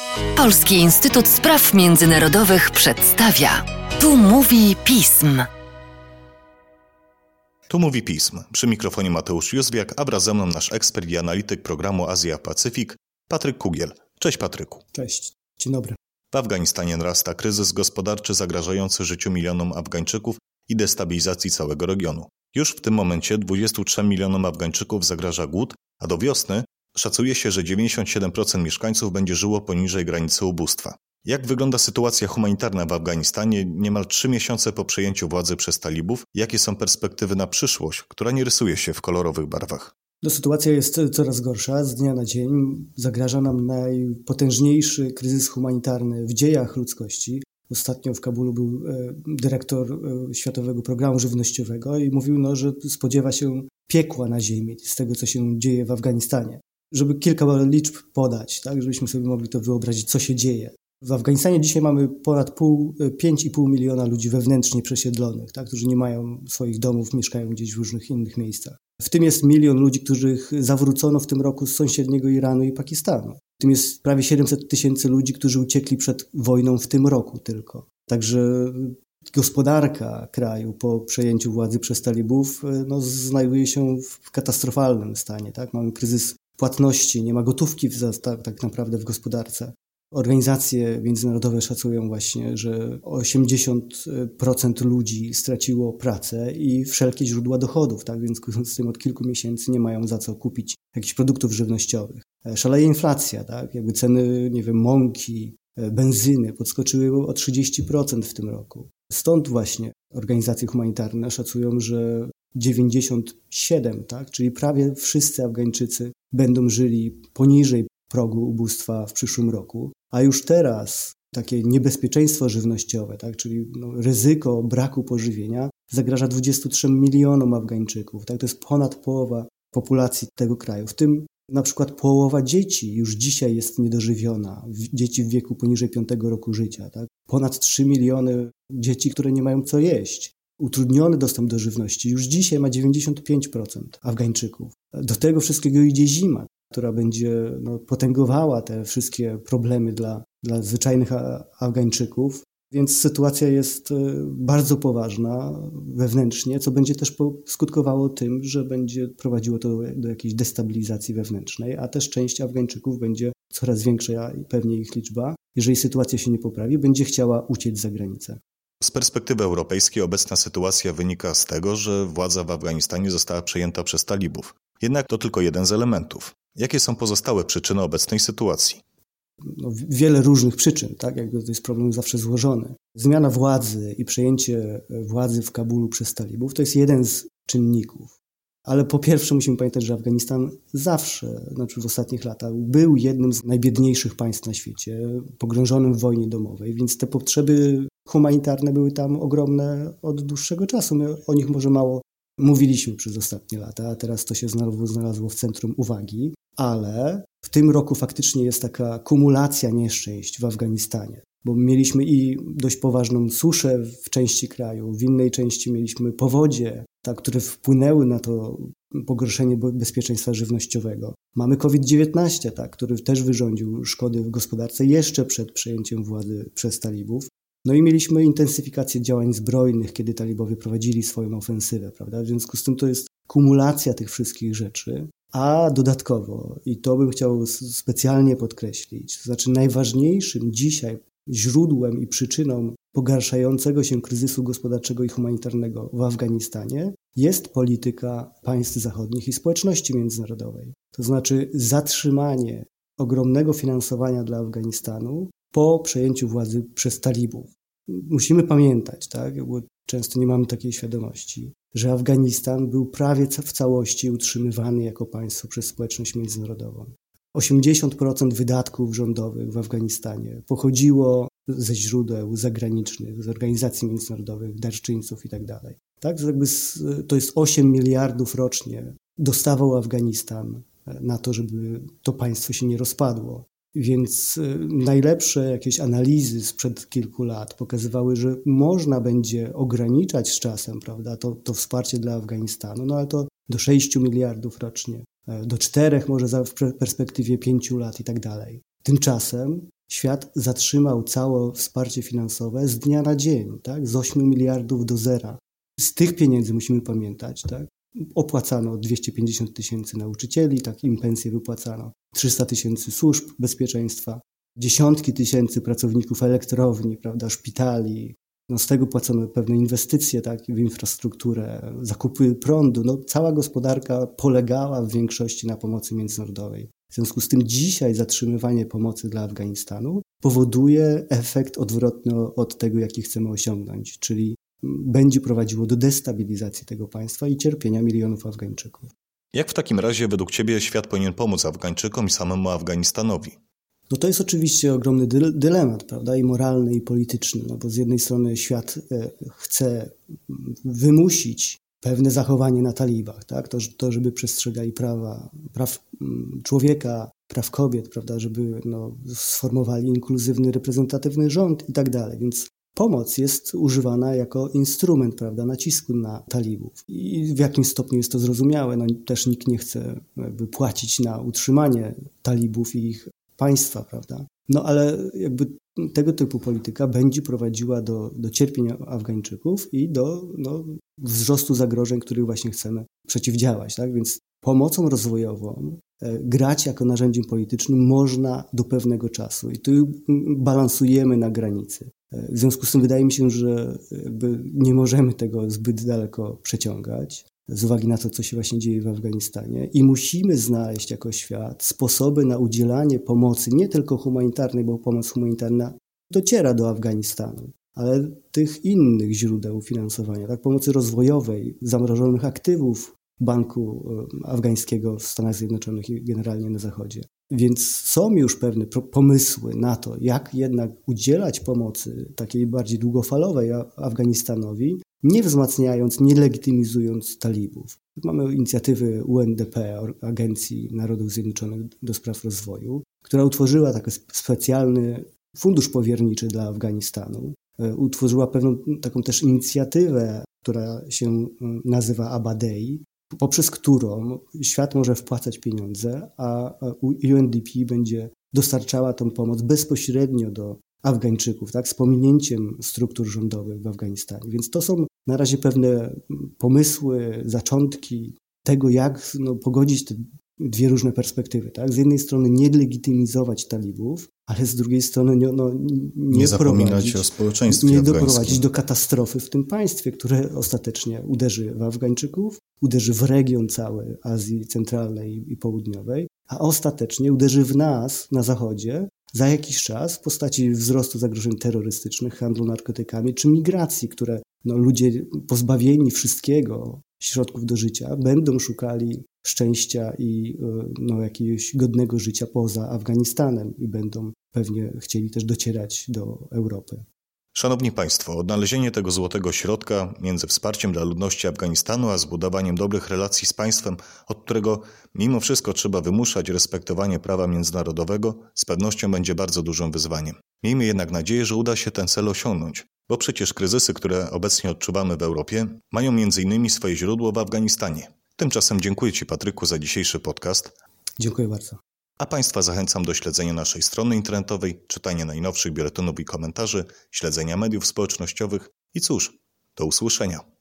Polski Instytut Spraw Międzynarodowych przedstawia. Tu mówi PISM. Tu mówi PISM. Przy mikrofonie Mateusz Józwiak, a wraz ze mną nasz ekspert i analityk programu Azja-Pacyfik, Patryk Kugiel. Cześć Patryku. Cześć, dzień dobry. W Afganistanie narasta kryzys gospodarczy zagrażający życiu milionom Afgańczyków i destabilizacji całego regionu. Już w tym momencie 23 milionom Afgańczyków zagraża głód, a do wiosny szacuje się, że 97% mieszkańców będzie żyło poniżej granicy ubóstwa. Jak wygląda sytuacja humanitarna w Afganistanie niemal 3 miesiące po przejęciu władzy przez talibów? Jakie są perspektywy na przyszłość, która nie rysuje się w kolorowych barwach? Sytuacja jest coraz gorsza, z dnia na dzień. Zagraża nam najpotężniejszy kryzys humanitarny w dziejach ludzkości. Ostatnio w Kabulu był dyrektor Światowego Programu Żywnościowego i mówił, że spodziewa się piekła na ziemi z tego, co się dzieje w Afganistanie. Żeby kilka liczb podać, tak, żebyśmy sobie mogli to wyobrazić, co się dzieje. W Afganistanie dzisiaj mamy ponad 5,5 miliona ludzi wewnętrznie przesiedlonych, tak, którzy nie mają swoich domów, mieszkają gdzieś w różnych innych miejscach. W tym jest 1 milion ludzi, których zawrócono w tym roku z sąsiedniego Iranu i Pakistanu. W tym jest prawie 700 tysięcy ludzi, którzy uciekli przed wojną w tym roku tylko. Także gospodarka kraju po przejęciu władzy przez talibów znajduje się w katastrofalnym stanie. Tak? Mamy kryzys płatności, nie ma gotówki tak naprawdę w gospodarce. Organizacje międzynarodowe szacują właśnie, że 80% ludzi straciło pracę i wszelkie źródła dochodów, tak? Więc z tym od kilku miesięcy nie mają za co kupić jakichś produktów żywnościowych. Szaleje inflacja, tak? Jakby ceny, mąki, benzyny podskoczyły o 30% w tym roku. Stąd właśnie organizacje humanitarne szacują, że 97, tak? Czyli prawie wszyscy Afgańczycy będą żyli poniżej progu ubóstwa w przyszłym roku, a już teraz takie niebezpieczeństwo żywnościowe, tak, czyli ryzyko braku pożywienia zagraża 23 milionom Afgańczyków. Tak, to jest ponad połowa populacji tego kraju. W tym na przykład połowa dzieci już dzisiaj jest niedożywiona, dzieci w wieku poniżej 5 roku życia. Tak. Ponad 3 miliony dzieci, które nie mają co jeść. Utrudniony dostęp do żywności już dzisiaj ma 95% Afgańczyków. Do tego wszystkiego idzie zima, która będzie potęgowała te wszystkie problemy dla zwyczajnych Afgańczyków. Więc sytuacja jest bardzo poważna wewnętrznie, co będzie też skutkowało tym, że będzie prowadziło to do jakiejś destabilizacji wewnętrznej, a też część Afgańczyków będzie coraz większa i pewnie ich liczba, jeżeli sytuacja się nie poprawi, będzie chciała uciec za granicę. Z perspektywy europejskiej obecna sytuacja wynika z tego, że władza w Afganistanie została przejęta przez talibów. Jednak to tylko jeden z elementów. Jakie są pozostałe przyczyny obecnej sytuacji? Wiele różnych przyczyn, tak? Jakby to jest problem zawsze złożony. Zmiana władzy i przejęcie władzy w Kabulu przez talibów to jest jeden z czynników. Ale po pierwsze musimy pamiętać, że Afganistan zawsze, w ostatnich latach, był jednym z najbiedniejszych państw na świecie, pogrążonym w wojnie domowej, więc te potrzeby humanitarne były tam ogromne od dłuższego czasu. My o nich może mało mówiliśmy przez ostatnie lata, a teraz to się znalazło w centrum uwagi, ale w tym roku faktycznie jest taka kumulacja nieszczęść w Afganistanie, bo mieliśmy i dość poważną suszę w części kraju, w innej części mieliśmy powodzie, które wpłynęły na to pogorszenie bezpieczeństwa żywnościowego. Mamy COVID-19, który też wyrządził szkody w gospodarce jeszcze przed przejęciem władzy przez talibów. I mieliśmy intensyfikację działań zbrojnych, kiedy talibowie prowadzili swoją ofensywę, prawda? W związku z tym to jest kumulacja tych wszystkich rzeczy, a dodatkowo, i to bym chciał specjalnie podkreślić, to znaczy najważniejszym dzisiaj źródłem i przyczyną pogarszającego się kryzysu gospodarczego i humanitarnego w Afganistanie jest polityka państw zachodnich i społeczności międzynarodowej. To znaczy zatrzymanie ogromnego finansowania dla Afganistanu po przejęciu władzy przez talibów. Musimy pamiętać, tak, bo często nie mamy takiej świadomości, że Afganistan był prawie w całości utrzymywany jako państwo przez społeczność międzynarodową. 80% wydatków rządowych w Afganistanie pochodziło ze źródeł zagranicznych, z organizacji międzynarodowych, darczyńców itd. Tak, to jest 8 miliardów rocznie dostawał Afganistan na to, żeby to państwo się nie rozpadło. Więc najlepsze jakieś analizy sprzed kilku lat pokazywały, że można będzie ograniczać z czasem, prawda, to wsparcie dla Afganistanu, ale to do 6 miliardów rocznie, do 4 może w perspektywie 5 lat i tak dalej. Tymczasem Świat zatrzymał całe wsparcie finansowe z dnia na dzień, tak? Z 8 miliardów do zera. Z tych pieniędzy musimy pamiętać, tak? Opłacano 250 tysięcy nauczycieli, tak im pensje wypłacano, 300 tysięcy służb bezpieczeństwa, dziesiątki tysięcy pracowników elektrowni, prawda, szpitali. Z tego płacono pewne inwestycje, tak, w infrastrukturę, zakupy prądu. Cała gospodarka polegała w większości na pomocy międzynarodowej. W związku z tym dzisiaj zatrzymywanie pomocy dla Afganistanu powoduje efekt odwrotny od tego, jaki chcemy osiągnąć, czyli będzie prowadziło do destabilizacji tego państwa i cierpienia milionów Afgańczyków. Jak w takim razie według Ciebie świat powinien pomóc Afgańczykom i samemu Afganistanowi? To jest oczywiście ogromny dylemat, prawda, i moralny, i polityczny, bo z jednej strony świat chce wymusić pewne zachowanie na talibach, tak, to żeby przestrzegali praw człowieka, praw kobiet, prawda, żeby sformowali inkluzywny, reprezentatywny rząd i tak dalej, więc pomoc jest używana jako instrument, prawda, nacisku na talibów. I w jakim stopniu jest to zrozumiałe? Też nikt nie chce płacić na utrzymanie talibów i ich państwa, prawda? Ale tego typu polityka będzie prowadziła do cierpienia Afgańczyków i do wzrostu zagrożeń, których właśnie chcemy przeciwdziałać, tak? Więc pomocą rozwojową grać jako narzędziem politycznym można do pewnego czasu i tu balansujemy na granicy. W związku z tym wydaje mi się, że nie możemy tego zbyt daleko przeciągać z uwagi na to, co się właśnie dzieje w Afganistanie i musimy znaleźć jako świat sposoby na udzielanie pomocy, nie tylko humanitarnej, bo pomoc humanitarna dociera do Afganistanu, ale tych innych źródeł finansowania, tak, pomocy rozwojowej, zamrożonych aktywów Banku Afgańskiego w Stanach Zjednoczonych i generalnie na Zachodzie. Więc są już pewne pomysły na to, jak jednak udzielać pomocy takiej bardziej długofalowej Afganistanowi, nie wzmacniając, nie legitymizując talibów. Mamy inicjatywy UNDP, Agencji Narodów Zjednoczonych do Spraw Rozwoju, która utworzyła taki specjalny fundusz powierniczy dla Afganistanu. Utworzyła pewną taką też inicjatywę, która się nazywa Abadei, poprzez którą świat może wpłacać pieniądze, a UNDP będzie dostarczała tą pomoc bezpośrednio do Afgańczyków, tak, z pominięciem struktur rządowych w Afganistanie. Więc to są na razie pewne pomysły, zaczątki tego, jak pogodzić te dwie różne perspektywy. Tak? Z jednej strony nie legitymizować talibów, ale z drugiej strony nie zapominać o społeczeństwie nie afgańskim. doprowadzić do katastrofy w tym państwie, które ostatecznie uderzy w Afgańczyków, uderzy w region cały Azji Centralnej i Południowej, a ostatecznie uderzy w nas na Zachodzie za jakiś czas w postaci wzrostu zagrożeń terrorystycznych, handlu narkotykami czy migracji, które ludzie pozbawieni wszystkiego, środków do życia, będą szukali szczęścia i jakiegoś godnego życia poza Afganistanem i będą pewnie chcieli też docierać do Europy. Szanowni Państwo, odnalezienie tego złotego środka między wsparciem dla ludności Afganistanu a zbudowaniem dobrych relacji z państwem, od którego mimo wszystko trzeba wymuszać respektowanie prawa międzynarodowego, z pewnością będzie bardzo dużym wyzwaniem. Miejmy jednak nadzieję, że uda się ten cel osiągnąć, bo przecież kryzysy, które obecnie odczuwamy w Europie, mają m.in. swoje źródło w Afganistanie. Tymczasem dziękuję Ci, Patryku, za dzisiejszy podcast. Dziękuję bardzo. A Państwa zachęcam do śledzenia naszej strony internetowej, czytania najnowszych biuletynów i komentarzy, śledzenia mediów społecznościowych i cóż, do usłyszenia.